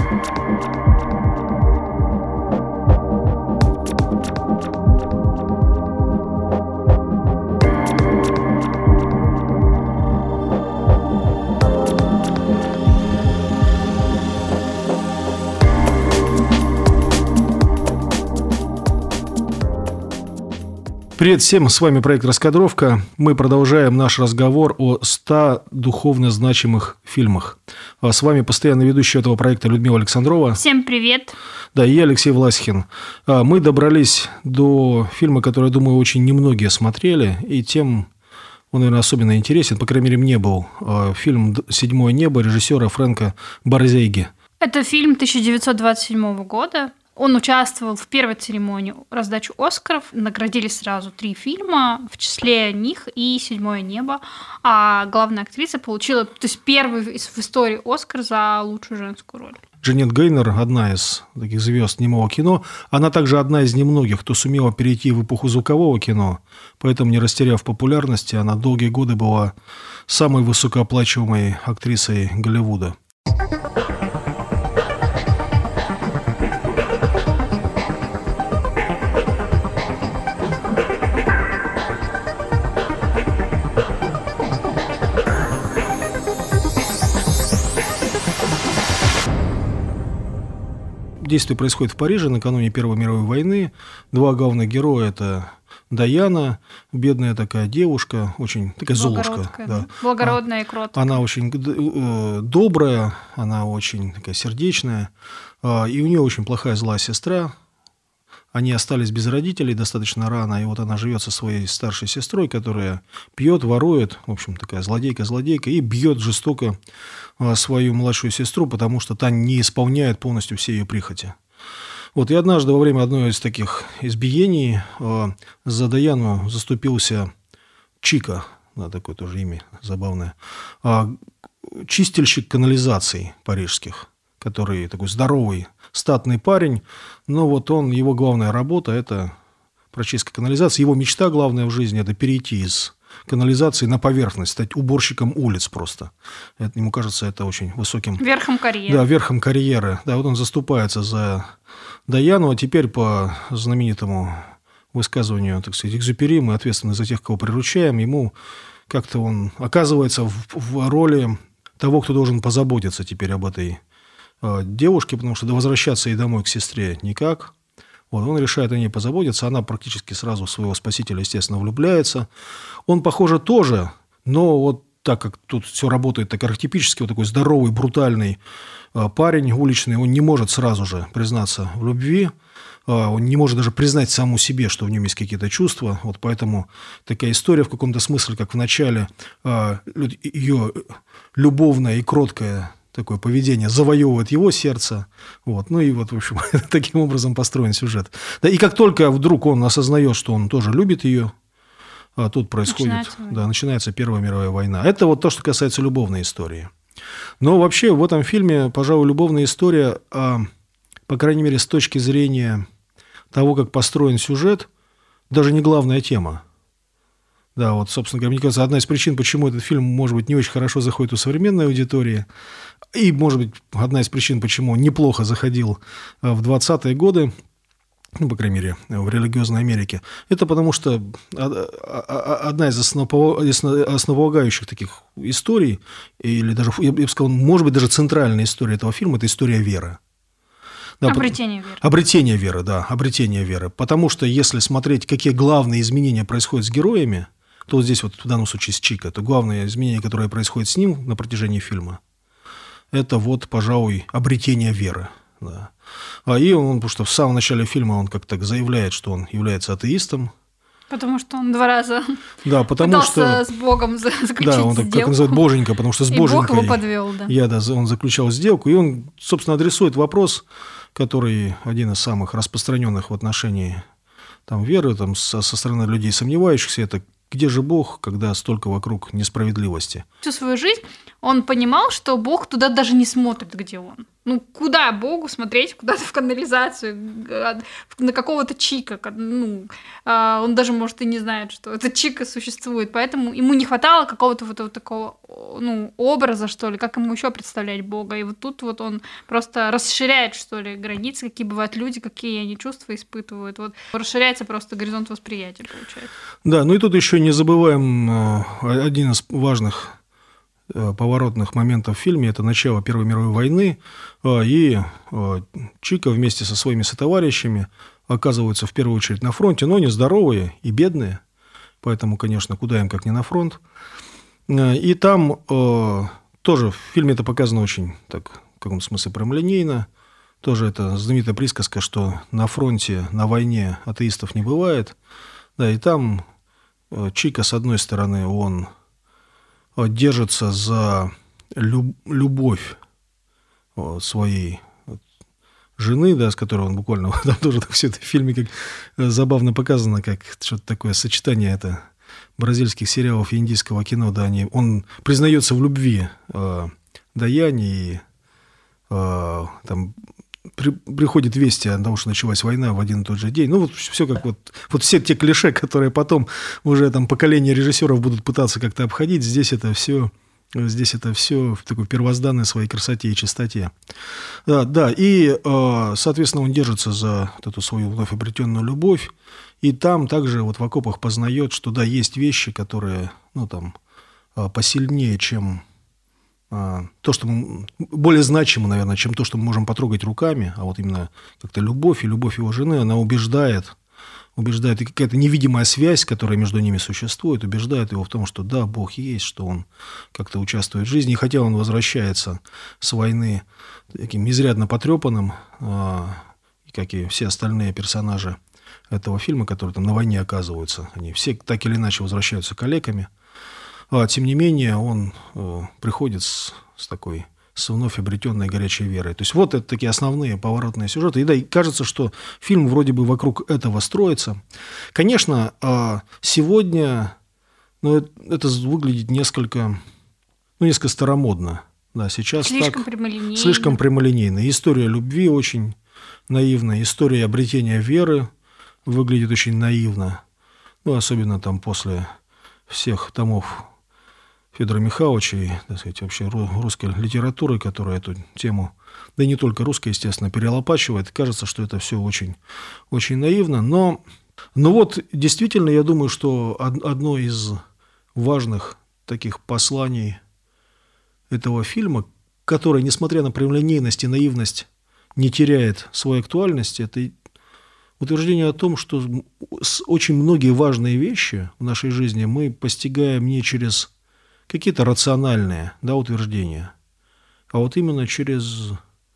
Привет всем, с вами проект «Раскадровка». Мы продолжаем наш разговор о 100 духовно значимых фильмах. С вами постоянно ведущий этого проекта Людмила Александрова. Всем привет. Да, и я, Алексей Власихин. Мы добрались до фильма, который, я думаю, очень немногие смотрели, и тем он, наверное, особенно интересен, по крайней мере, мне был. Фильм «Седьмое небо» режиссера Фрэнка Борзейги. Это фильм 1927 года. Он участвовал в первой церемонии раздачи «Оскаров». Наградили сразу 3 фильма, в числе них и «Седьмое небо». А главная актриса получила, первый в истории «Оскар» за лучшую женскую роль. Джанет Гейнер, одна из таких звезд немого кино. Она также одна из немногих, кто сумела перейти в эпоху звукового кино. Поэтому, не растеряв популярности, она долгие годы была самой высокооплачиваемой актрисой Голливуда. Действие происходит в Париже накануне Первой мировой войны. 2 главных героя – это Даяна, бедная такая девушка, очень такая золушка. Да. Благородная и кроткая. Она очень добрая, она очень такая сердечная, и у нее очень плохая злая сестра. Они остались без родителей достаточно рано, и вот она живет со своей старшей сестрой, которая пьет, ворует, в общем, такая злодейка, и бьет жестоко свою младшую сестру, потому что та не исполняет полностью все ее прихоти. Вот, и однажды во время одной из таких избиений за Даяну заступился Чика, да, такое тоже имя забавное, чистильщик канализаций парижских, который такой здоровый, статный парень, но вот его главная работа – это прочистка канализации. Его мечта главная в жизни – это перейти из канализации на поверхность, стать уборщиком улиц просто. Ему кажется, это очень высоким… Верхом карьеры. Да, верхом карьеры. Да, вот он заступается за Даяну, а теперь по знаменитому высказыванию, так сказать, Экзюпери, мы ответственны за тех, кого приручаем, ему как-то он оказывается в роли того, кто должен позаботиться теперь об этой девушке, потому что возвращаться ей домой к сестре никак. Вот, он решает о ней позаботиться, она практически сразу в своего спасителя, естественно, влюбляется. Он, похоже, тоже, но вот так как тут все работает так архетипически, вот такой здоровый, брутальный парень уличный, он не может сразу же признаться в любви, он не может даже признать саму себе, что в нем есть какие-то чувства. Вот поэтому такая история в каком-то смысле, как в начале, ее любовное и кроткое такое поведение завоевывает его сердце. Вот. Ну и вот, в общем, таким образом построен сюжет. Да, и как только вдруг он осознает, что он тоже любит ее, тут происходит, начинается Первая мировая война. Это вот то, что касается любовной истории. Но вообще в этом фильме, пожалуй, любовная история, по крайней мере, с точки зрения того, как построен сюжет, даже не главная тема. Да, вот, собственно говоря, мне кажется, одна из причин, почему этот фильм, может быть, не очень хорошо заходит у современной аудитории, и, может быть, одна из причин, почему он неплохо заходил в 20-е годы, ну, по крайней мере, в религиозной Америке, это потому что одна из основополагающих таких историй, или даже, я бы сказал, может быть, даже центральная история этого фильма – это история веры. Да, обретение веры. Обретение веры. Потому что если смотреть, какие главные изменения происходят с героями, то вот здесь вот в данном случае с Чика, то главное изменение, которое происходит с ним на протяжении фильма, это вот, пожалуй, обретение веры. Да. И он, потому что в самом начале фильма он как-то заявляет, что он является атеистом. Потому что он 2 раза пытался с Богом заключить сделку. Да, он так, как называют, боженька, потому что с боженькой Бог его подвел, да. Он заключал сделку, и он, собственно, адресует вопрос, который один из самых распространенных в отношении веры со стороны людей сомневающихся, это где же Бог, когда столько вокруг несправедливости? Всю свою жизнь он понимал, что Бог туда даже не смотрит, где он. Ну, куда Богу смотреть, куда-то в канализацию, на какого-то Чика. Ну, он даже, может, и не знает, что этот Чика существует. Поэтому ему не хватало какого-то вот такого, ну, образа, что ли, как ему еще представлять Бога. И вот тут вот он просто расширяет, что ли, границы, какие бывают люди, какие они чувства испытывают. Вот расширяется просто горизонт восприятия, получается. Да, ну и тут еще не забываем один из важных поворотных моментов в фильме – это начало Первой мировой войны, и Чика вместе со своими сотоварищами оказываются в первую очередь на фронте, но они здоровые и бедные, поэтому, конечно, куда им как не на фронт. И там тоже в фильме это показано очень, так, в каком-то смысле, прямолинейно. Тоже это знаменитая присказка, что на фронте, на войне атеистов не бывает. Да, и там Чика, с одной стороны, он держится за любовь своей жены, да, с которой он буквально, там тоже все это в фильме как забавно показано, как что-то такое сочетание это бразильских сериалов и индийского кино, да, он признается в любви Даяне, и там приходит вести о том, что началась война в один и тот же день. Ну, вот все как вот все те клише, которые потом уже там поколение режиссеров будут пытаться как-то обходить, здесь это все в такой первозданной своей красоте и чистоте. Да, и, соответственно, он держится за вот эту свою вновь обретенную любовь, и там также вот в окопах познает, что да, есть вещи, которые, ну, там, посильнее, чем то, что мы, более значимо, наверное, чем то, что мы можем потрогать руками, а вот именно как-то любовь и любовь его жены, она убеждает, и какая-то невидимая связь, которая между ними существует, убеждает его в том, что да, Бог есть, что он как-то участвует в жизни, и хотя он возвращается с войны таким изрядно потрепанным, как и все остальные персонажи этого фильма, которые там на войне оказываются, они все так или иначе возвращаются калеками, тем не менее, он приходит с вновь обретенной горячей верой. То есть вот это такие основные поворотные сюжеты. И да, и кажется, что фильм вроде бы вокруг этого строится. Конечно, сегодня это выглядит несколько старомодно. Да, сейчас слишком прямолинейно. Слишком прямолинейно. История любви очень наивная, история обретения веры выглядит очень наивно. Ну, особенно там после всех томов Федора Михайловича и, так сказать, вообще русской литературы, которая эту тему, да и не только русская, естественно, перелопачивает. Кажется, что это все очень, очень наивно. Но вот действительно, я думаю, что одно из важных таких посланий этого фильма, которое, несмотря на прямолинейность и наивность, не теряет своей актуальности, это утверждение о том, что очень многие важные вещи в нашей жизни мы постигаем не через какие-то рациональные, да, утверждения, а вот именно через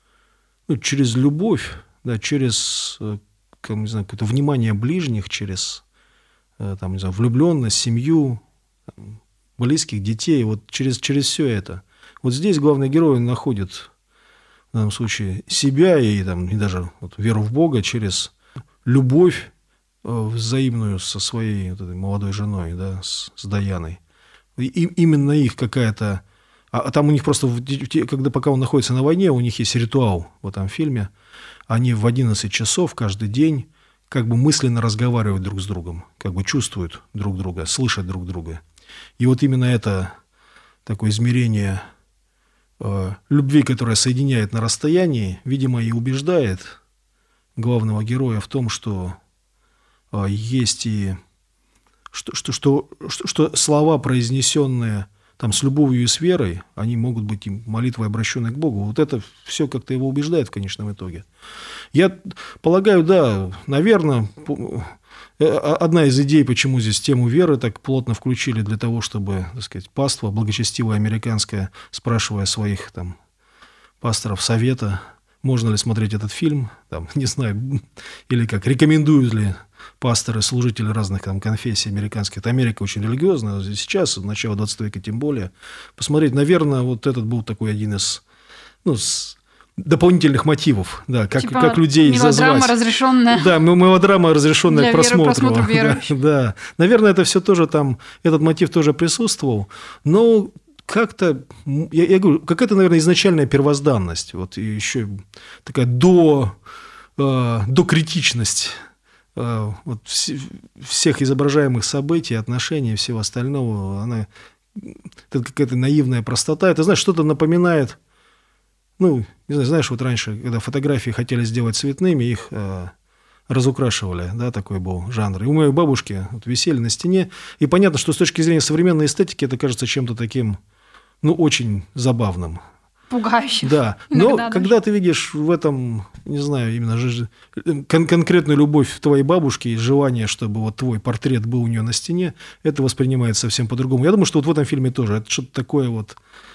любовь, да, через, не знаю, какое-то внимание ближних, через там, не знаю, влюбленность, семью, там, близких, детей, вот через все это. Вот здесь главный герой находит в данном случае себя и даже вот веру в Бога через любовь взаимную со своей вот этой молодой женой, да, с Даяной. И именно их какая-то... А там у них просто, пока он находится на войне, у них есть ритуал в этом фильме. Они в 11 часов каждый день как бы мысленно разговаривают друг с другом, как бы чувствуют друг друга, слышат друг друга. И вот именно это такое измерение любви, которая соединяет на расстоянии, видимо, и убеждает главного героя в том, что есть и... Что слова, произнесенные там с любовью и с верой, они могут быть и молитвой, обращенной к Богу. Вот это все как-то его убеждает в конечном итоге. Я полагаю, да, наверное, одна из идей, почему здесь тему веры так плотно включили, для того, чтобы, так сказать, паства благочестивая американская, спрашивая своих там пасторов совета, можно ли смотреть этот фильм, там, не знаю, или как, рекомендуют ли пасторы, служители разных там конфессий американских. Это Америка очень религиозная, сейчас, начало 20 века тем более. Посмотреть, наверное, вот этот был такой один из дополнительных мотивов, да, как людей зазвать. Разрешенная. Да, мелодрама, разрешенная к просмотру. Верующих. Да, наверное, это все тоже там, этот мотив тоже присутствовал, но как-то, я говорю, какая-то, наверное, изначальная первозданность, вот и еще такая докритичность вот всех изображаемых событий, отношений и всего остального, это какая-то наивная простота. Это, знаешь, что-то напоминает, ну, не знаю, знаешь, вот раньше, когда фотографии хотели сделать цветными, их разукрашивали, да, такой был жанр. И у моей бабушки вот висели на стене, и понятно, что с точки зрения современной эстетики это кажется чем-то таким, ну, очень забавным. Пугающим. Да, но когда ты видишь в этом, не знаю, именно конкретную любовь твоей бабушки и желание, чтобы вот твой портрет был у нее на стене, это воспринимается совсем по-другому. Я думаю, что вот в этом фильме тоже это что-то такое вот...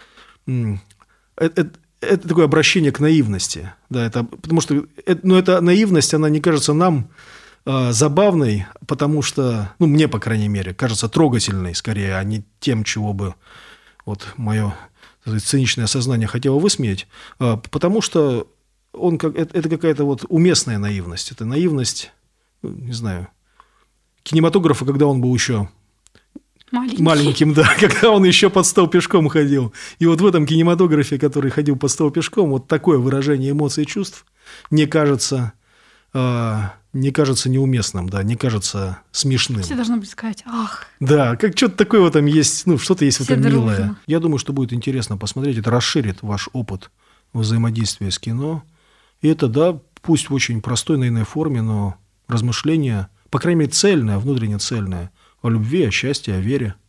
Это такое обращение к наивности. Да, потому что эта наивность, она не кажется нам забавной, потому что, ну, мне, по крайней мере, кажется трогательной скорее, а не тем, чего бы вот мое циничное сознание хотело высмеять, потому что это какая-то вот уместная наивность. Это наивность, ну, не знаю, кинематографа, когда он был еще... Маленьким, да, когда он еще под стол пешком ходил. И вот в этом кинематографе, который ходил под стол пешком, вот такое выражение эмоций и чувств не кажется неуместным, да, не кажется смешным. Все должны были сказать: ах. Да, как что-то такое в этом есть, ну, что-то есть в этом дружно. милое. Я думаю, что будет интересно посмотреть, это расширит ваш опыт взаимодействия с кино. И это, да, пусть в очень простой, наивной форме, но размышление, по крайней мере, цельное, внутренне цельное, о любви, о счастье, о вере.